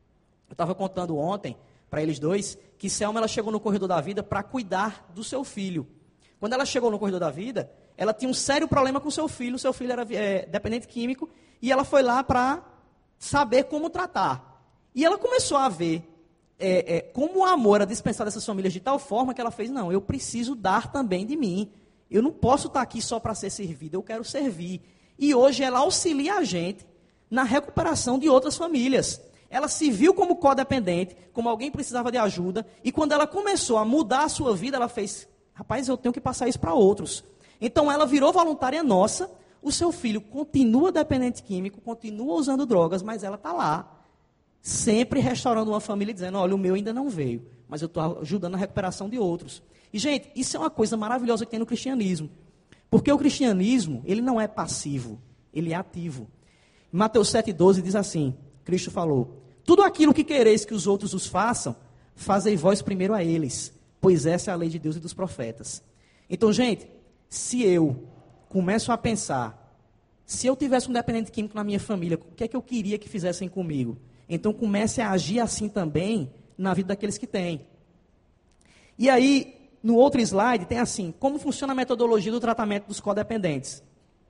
Eu estava contando ontem, para eles dois, que Selma ela chegou no Corredor da Vida para cuidar do seu filho. Quando ela chegou no Corredor da Vida, ela tinha um sério problema com seu filho, o seu filho era é, dependente químico, e ela foi lá para saber como tratar. E ela começou a ver é, é, como o amor era dispensado dessas famílias de tal forma que ela fez, não, eu preciso dar também de mim. Eu não posso estar aqui só para ser servida, eu quero servir. E hoje ela auxilia a gente na recuperação de outras famílias. Ela se viu como codependente, como alguém que precisava de ajuda, e quando ela começou a mudar a sua vida, ela fez, rapaz, eu tenho que passar isso para outros. Então, ela virou voluntária nossa, o seu filho continua dependente químico, continua usando drogas, mas ela está lá, sempre restaurando uma família, dizendo, olha, o meu ainda não veio, mas eu estou ajudando na recuperação de outros. E, gente, isso é uma coisa maravilhosa que tem no cristianismo, porque o cristianismo, ele não é passivo, ele é ativo. Em Mateus sete, doze diz assim, Cristo falou, tudo aquilo que quereis que os outros os façam, fazei vós primeiro a eles, pois essa é a lei de Deus e dos profetas. Então, gente, se eu começo a pensar, se eu tivesse um dependente químico na minha família, o que é que eu queria que fizessem comigo? Então comece a agir assim também na vida daqueles que têm. E aí, no outro slide, tem assim, como funciona a metodologia do tratamento dos codependentes.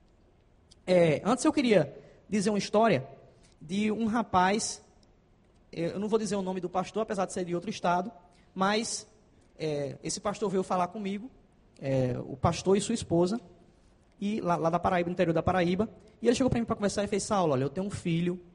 É, antes eu queria dizer uma história de um rapaz, eu não vou dizer o nome do pastor, apesar de ser de outro estado, mas é, esse pastor veio falar comigo, É, o pastor e sua esposa, e lá, lá da Paraíba, no interior da Paraíba, e ele chegou para mim para conversar e fez, Saulo, olha, eu tenho um filho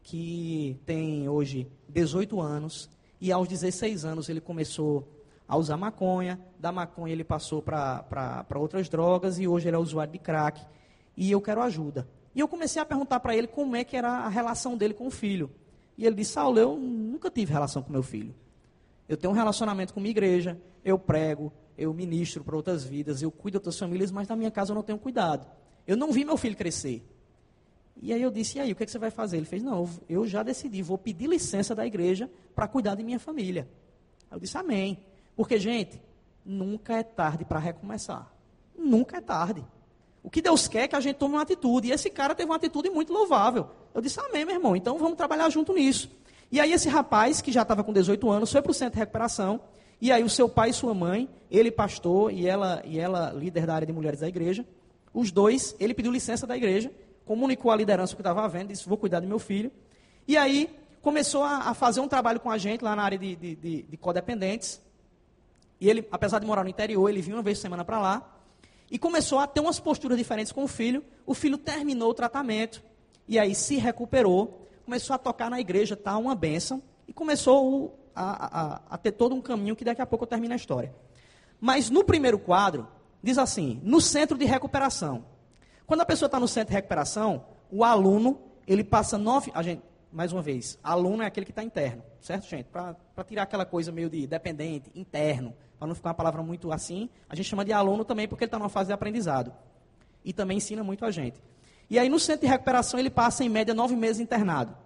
que tem hoje dezoito anos, e aos dezesseis anos ele começou a usar maconha, da maconha ele passou para outras drogas, e hoje ele é usuário de crack, e eu quero ajuda. E eu comecei a perguntar para ele como é que era a relação dele com o filho. E ele disse: Saulo, eu nunca tive relação com meu filho. Eu tenho um relacionamento com minha igreja, eu prego, eu ministro para outras vidas, eu cuido das famílias, mas na minha casa eu não tenho cuidado. Eu não vi meu filho crescer. E aí eu disse: e aí, o que, é que você vai fazer? Ele fez: não, eu já decidi, vou pedir licença da igreja para cuidar de minha família. Aí eu disse: amém. Porque, gente, nunca é tarde para recomeçar. Nunca é tarde. O que Deus quer é que a gente tome uma atitude. E esse cara teve uma atitude muito louvável. Eu disse: amém, meu irmão, então vamos trabalhar junto nisso. E aí esse rapaz, que já estava com dezoito anos, foi para o centro de recuperação. E aí o seu pai e sua mãe, ele pastor e ela, e ela líder da área de mulheres da igreja, os dois, ele pediu licença da igreja, comunicou a liderança que estava havendo, disse: vou cuidar do meu filho. E aí começou a, a fazer um trabalho com a gente lá na área de, de, de, de codependentes. E ele, apesar de morar no interior, ele vinha uma vez por semana para lá. E começou a ter umas posturas diferentes com o filho. O filho terminou o tratamento. E aí se recuperou. Começou a tocar na igreja, tá, uma bênção. E começou a, a, a ter todo um caminho que daqui a pouco eu termino a história. Mas no primeiro quadro, diz assim: no centro de recuperação. Quando a pessoa está no centro de recuperação, o aluno, ele passa nove... A gente, mais uma vez, aluno é aquele que está interno, certo, gente? Para tirar aquela coisa meio de dependente, interno, para não ficar uma palavra muito assim, a gente chama de aluno também porque ele está numa fase de aprendizado. E também ensina muito a gente. E aí, no centro de recuperação, ele passa, em média, nove meses internado.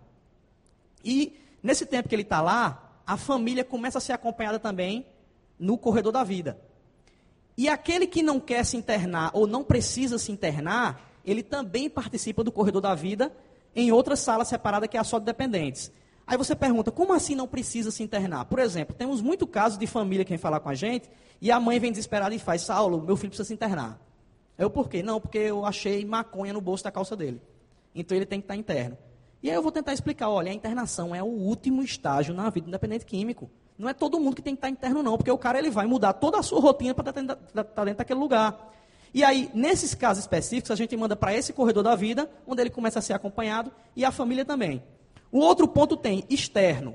E, nesse tempo que ele está lá, a família começa a ser acompanhada também no corredor da vida. E aquele que não quer se internar ou não precisa se internar, ele também participa do corredor da vida em outra sala separada que é a só de dependentes. Aí você pergunta: como assim não precisa se internar? Por exemplo, temos muito casos de família que vem falar com a gente e a mãe vem desesperada e faz: Saulo, meu filho precisa se internar. Eu, por quê? Não, porque eu achei maconha no bolso da calça dele. Então ele tem que estar interno. E aí eu vou tentar explicar: olha, a internação é o último estágio na vida do dependente químico. Não é todo mundo que tem que estar interno, não, porque o cara ele vai mudar toda a sua rotina para estar dentro daquele lugar. E aí, nesses casos específicos, a gente manda para esse corredor da vida, onde ele começa a ser acompanhado, e a família também. O outro ponto tem externo,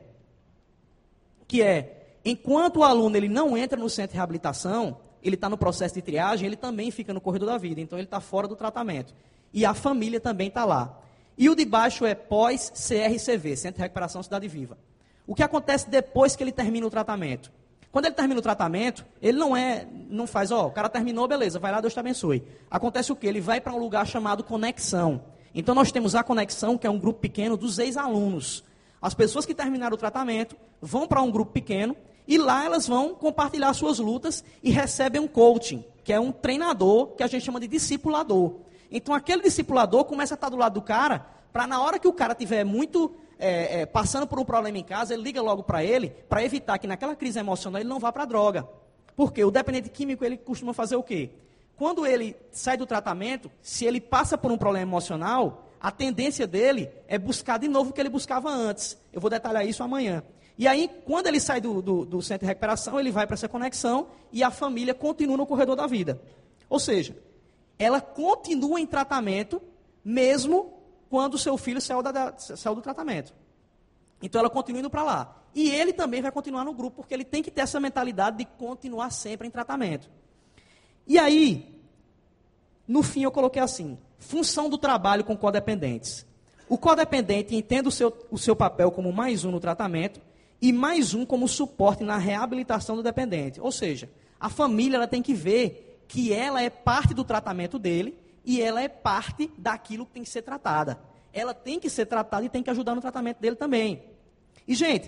que é, enquanto o aluno ele não entra no centro de reabilitação, ele está no processo de triagem, ele também fica no corredor da vida, então ele está fora do tratamento. E a família também está lá. E o de baixo é pós-C R C V, Centro de Recuperação Cidade Viva. O que acontece depois que ele termina o tratamento? Quando ele termina o tratamento, ele não é, não faz, ó, o cara terminou, beleza, vai lá, Deus te abençoe. Acontece o quê? Ele vai para um lugar chamado Conexão. Então nós temos a Conexão, que é um grupo pequeno dos ex-alunos. As pessoas que terminaram o tratamento vão para um grupo pequeno e lá elas vão compartilhar suas lutas e recebem um coaching, que é um treinador que a gente chama de discipulador. Então aquele discipulador começa a estar do lado do cara, para na hora que o cara tiver muito... É, é, passando por um problema em casa, ele liga logo para ele, para evitar que naquela crise emocional ele não vá para a droga. Porque o dependente químico, ele costuma fazer o quê? Quando ele sai do tratamento, se ele passa por um problema emocional, a tendência dele é buscar de novo o que ele buscava antes. Eu vou detalhar isso amanhã. E aí, quando ele sai do, do, do centro de recuperação, ele vai para essa conexão e a família continua no corredor da vida. Ou seja, ela continua em tratamento, mesmo quando o seu filho saiu, da, saiu do tratamento. Então ela continua indo para lá. E ele também vai continuar no grupo, porque ele tem que ter essa mentalidade de continuar sempre em tratamento. E aí, no fim eu coloquei assim: função do trabalho com codependentes. O codependente entende o seu, o seu papel como mais um no tratamento e mais um como suporte na reabilitação do dependente. Ou seja, a família ela tem que ver que ela é parte do tratamento dele e ela é parte daquilo que tem que ser tratada. Ela tem que ser tratada e tem que ajudar no tratamento dele também. E, gente,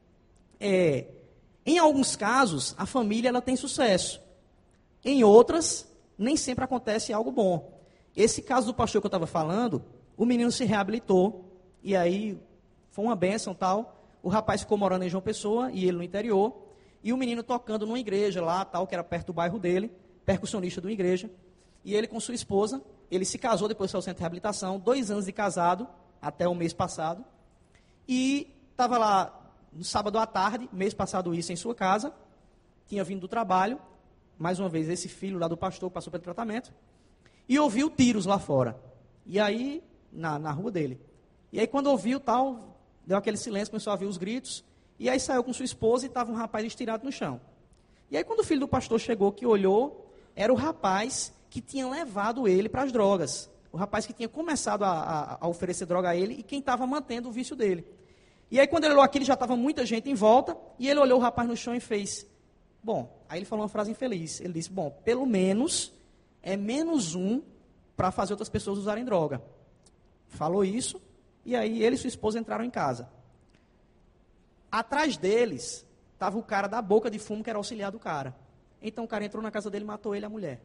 é, em alguns casos, a família ela tem sucesso. Em outras, nem sempre acontece algo bom. Esse caso do pastor que eu estava falando, o menino se reabilitou, e aí foi uma bênção tal. O rapaz ficou morando em João Pessoa, e ele no interior, e o menino tocando numa igreja lá, tal, que era perto do bairro dele, percussionista de uma igreja. E ele com sua esposa, ele se casou depois do seu centro de reabilitação, dois anos de casado, até o mês passado. E estava lá no sábado à tarde, mês passado isso, em sua casa, tinha vindo do trabalho, mais uma vez esse filho lá do pastor passou pelo tratamento, e ouviu tiros lá fora. E aí, na, na rua dele. E aí quando ouviu tal, deu aquele silêncio, começou a ouvir os gritos, e aí saiu com sua esposa e estava um rapaz estirado no chão. E aí quando o filho do pastor chegou, que olhou, era o rapaz que tinha levado ele para as drogas. O rapaz que tinha começado a, a, a oferecer droga a ele e quem estava mantendo o vício dele. E aí quando ele olhou aquilo, já estava muita gente em volta, e ele olhou o rapaz no chão e fez, bom, aí ele falou uma frase infeliz, ele disse, bom, pelo menos é menos um para fazer outras pessoas usarem droga. Falou isso, e aí ele e sua esposa entraram em casa. Atrás deles, estava o cara da boca de fumo, que era auxiliar do cara. Então o cara entrou na casa dele e matou ele e a mulher.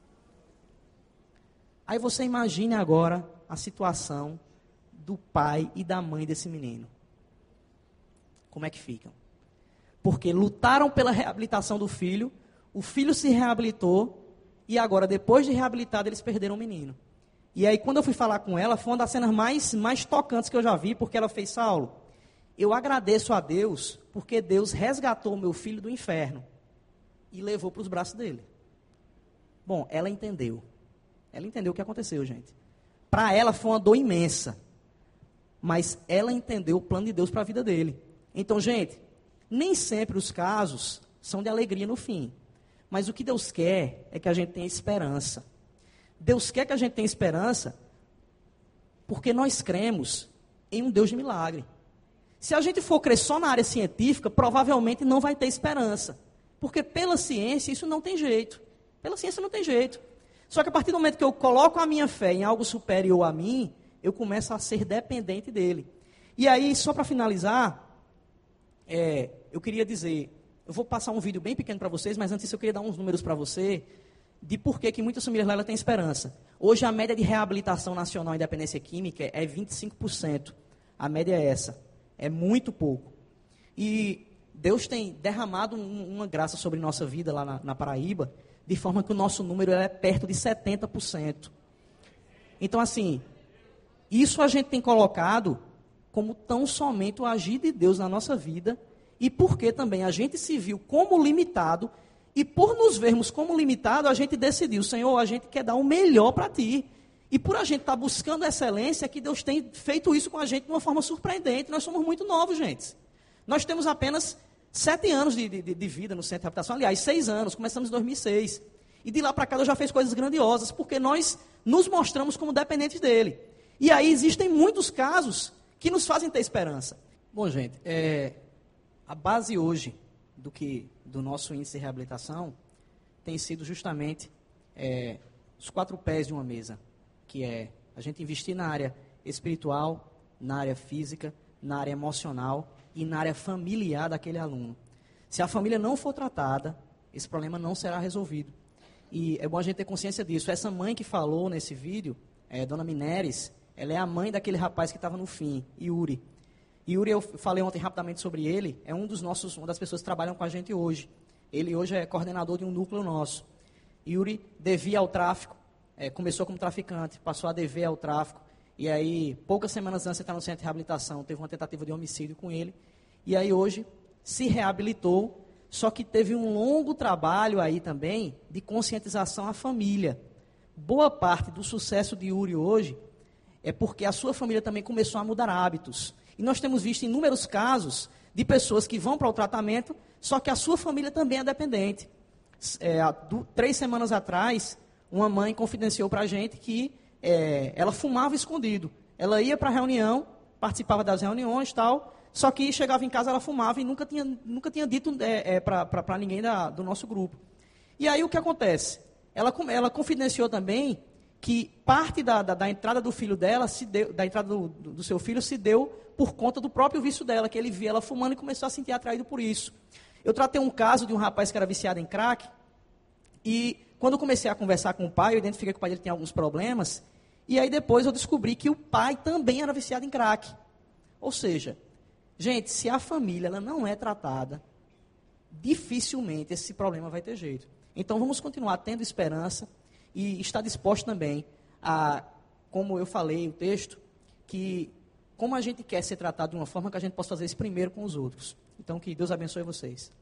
Aí você imagine agora a situação do pai e da mãe desse menino. Como é que ficam? Porque lutaram pela reabilitação do filho, o filho se reabilitou, e agora, depois de reabilitado, eles perderam o menino. E aí, quando eu fui falar com ela, foi uma das cenas mais, mais tocantes que eu já vi, porque ela fez, Saulo, eu agradeço a Deus, porque Deus resgatou o meu filho do inferno e levou para os braços dele. Bom, ela entendeu. Ela entendeu o que aconteceu, gente. Para ela foi uma dor imensa, mas ela entendeu o plano de Deus para a vida dele. Então, gente, nem sempre os casos são de alegria no fim. Mas o que Deus quer é que a gente tenha esperança. Deus quer que a gente tenha esperança porque nós cremos em um Deus de milagre. Se a gente for crer só na área científica, provavelmente não vai ter esperança. Porque pela ciência isso não tem jeito. Pela ciência não tem jeito. Só que a partir do momento que eu coloco a minha fé em algo superior a mim, eu começo a ser dependente dele. E aí, só para finalizar, é, eu queria dizer... Eu vou passar um vídeo bem pequeno para vocês, mas antes eu queria dar uns números para você de por que que muitas famílias lá têm esperança. Hoje a média de reabilitação nacional em dependência química é vinte e cinco por cento. A média é essa. É muito pouco. E Deus tem derramado um, uma graça sobre nossa vida lá na, na Paraíba, de forma que o nosso número é perto de setenta por cento. Então, assim, isso a gente tem colocado como tão somente o agir de Deus na nossa vida, e porque também a gente se viu como limitado, e por nos vermos como limitado, a gente decidiu, Senhor, a gente quer dar o melhor para Ti. E por a gente estar tá buscando excelência, que Deus tem feito isso com a gente de uma forma surpreendente. Nós somos muito novos, gente. Nós temos apenas sete anos de, de, de vida no Centro de Reabilitação, aliás, seis anos, começamos em dois mil e seis. E de lá para cá Deus já fez coisas grandiosas, porque nós nos mostramos como dependentes dEle. E aí existem muitos casos que nos fazem ter esperança. Bom, gente, é... a base hoje do, que, do nosso índice de reabilitação tem sido justamente é, os quatro pés de uma mesa, que é a gente investir na área espiritual, na área física, na área emocional e na área familiar daquele aluno. Se a família não for tratada, esse problema não será resolvido. E é bom a gente ter consciência disso. Essa mãe que falou nesse vídeo, é, Dona Mineres, ela é a mãe daquele rapaz que estava no fim, Yuri. Yuri, eu falei ontem rapidamente sobre ele, é um dos nossos, uma das pessoas que trabalham com a gente hoje. Ele hoje é coordenador de um núcleo nosso. Yuri devia ao tráfico, é, começou como traficante, passou a dever ao tráfico, e aí, poucas semanas antes de entrar no centro de reabilitação, teve uma tentativa de homicídio com ele, e aí hoje se reabilitou, só que teve um longo trabalho aí também de conscientização à família. Boa parte do sucesso de Yuri hoje é porque a sua família também começou a mudar hábitos. E nós temos visto inúmeros casos de pessoas que vão para o tratamento, só que a sua família também é dependente. É, há do, três semanas atrás, uma mãe confidenciou para a gente que é, ela fumava escondido. Ela ia para a reunião, participava das reuniões e tal, só que chegava em casa, ela fumava e nunca tinha, nunca tinha dito é, é, para ninguém da, do nosso grupo. E aí o que acontece? Ela, ela confidenciou também que parte da, da, da entrada do filho dela, se deu, da entrada do, do, do seu filho, se deu por conta do próprio vício dela, que ele via ela fumando e começou a se sentir atraído por isso. Eu tratei um caso de um rapaz que era viciado em crack, e quando eu comecei a conversar com o pai, eu identifiquei que o pai dele tinha alguns problemas, e aí depois eu descobri que o pai também era viciado em crack. Ou seja, gente, se a família ela não é tratada, dificilmente esse problema vai ter jeito. Então vamos continuar tendo esperança, e está disposto também a, como eu falei o texto, que como a gente quer ser tratado de uma forma que a gente possa fazer isso primeiro com os outros. Então que Deus abençoe vocês.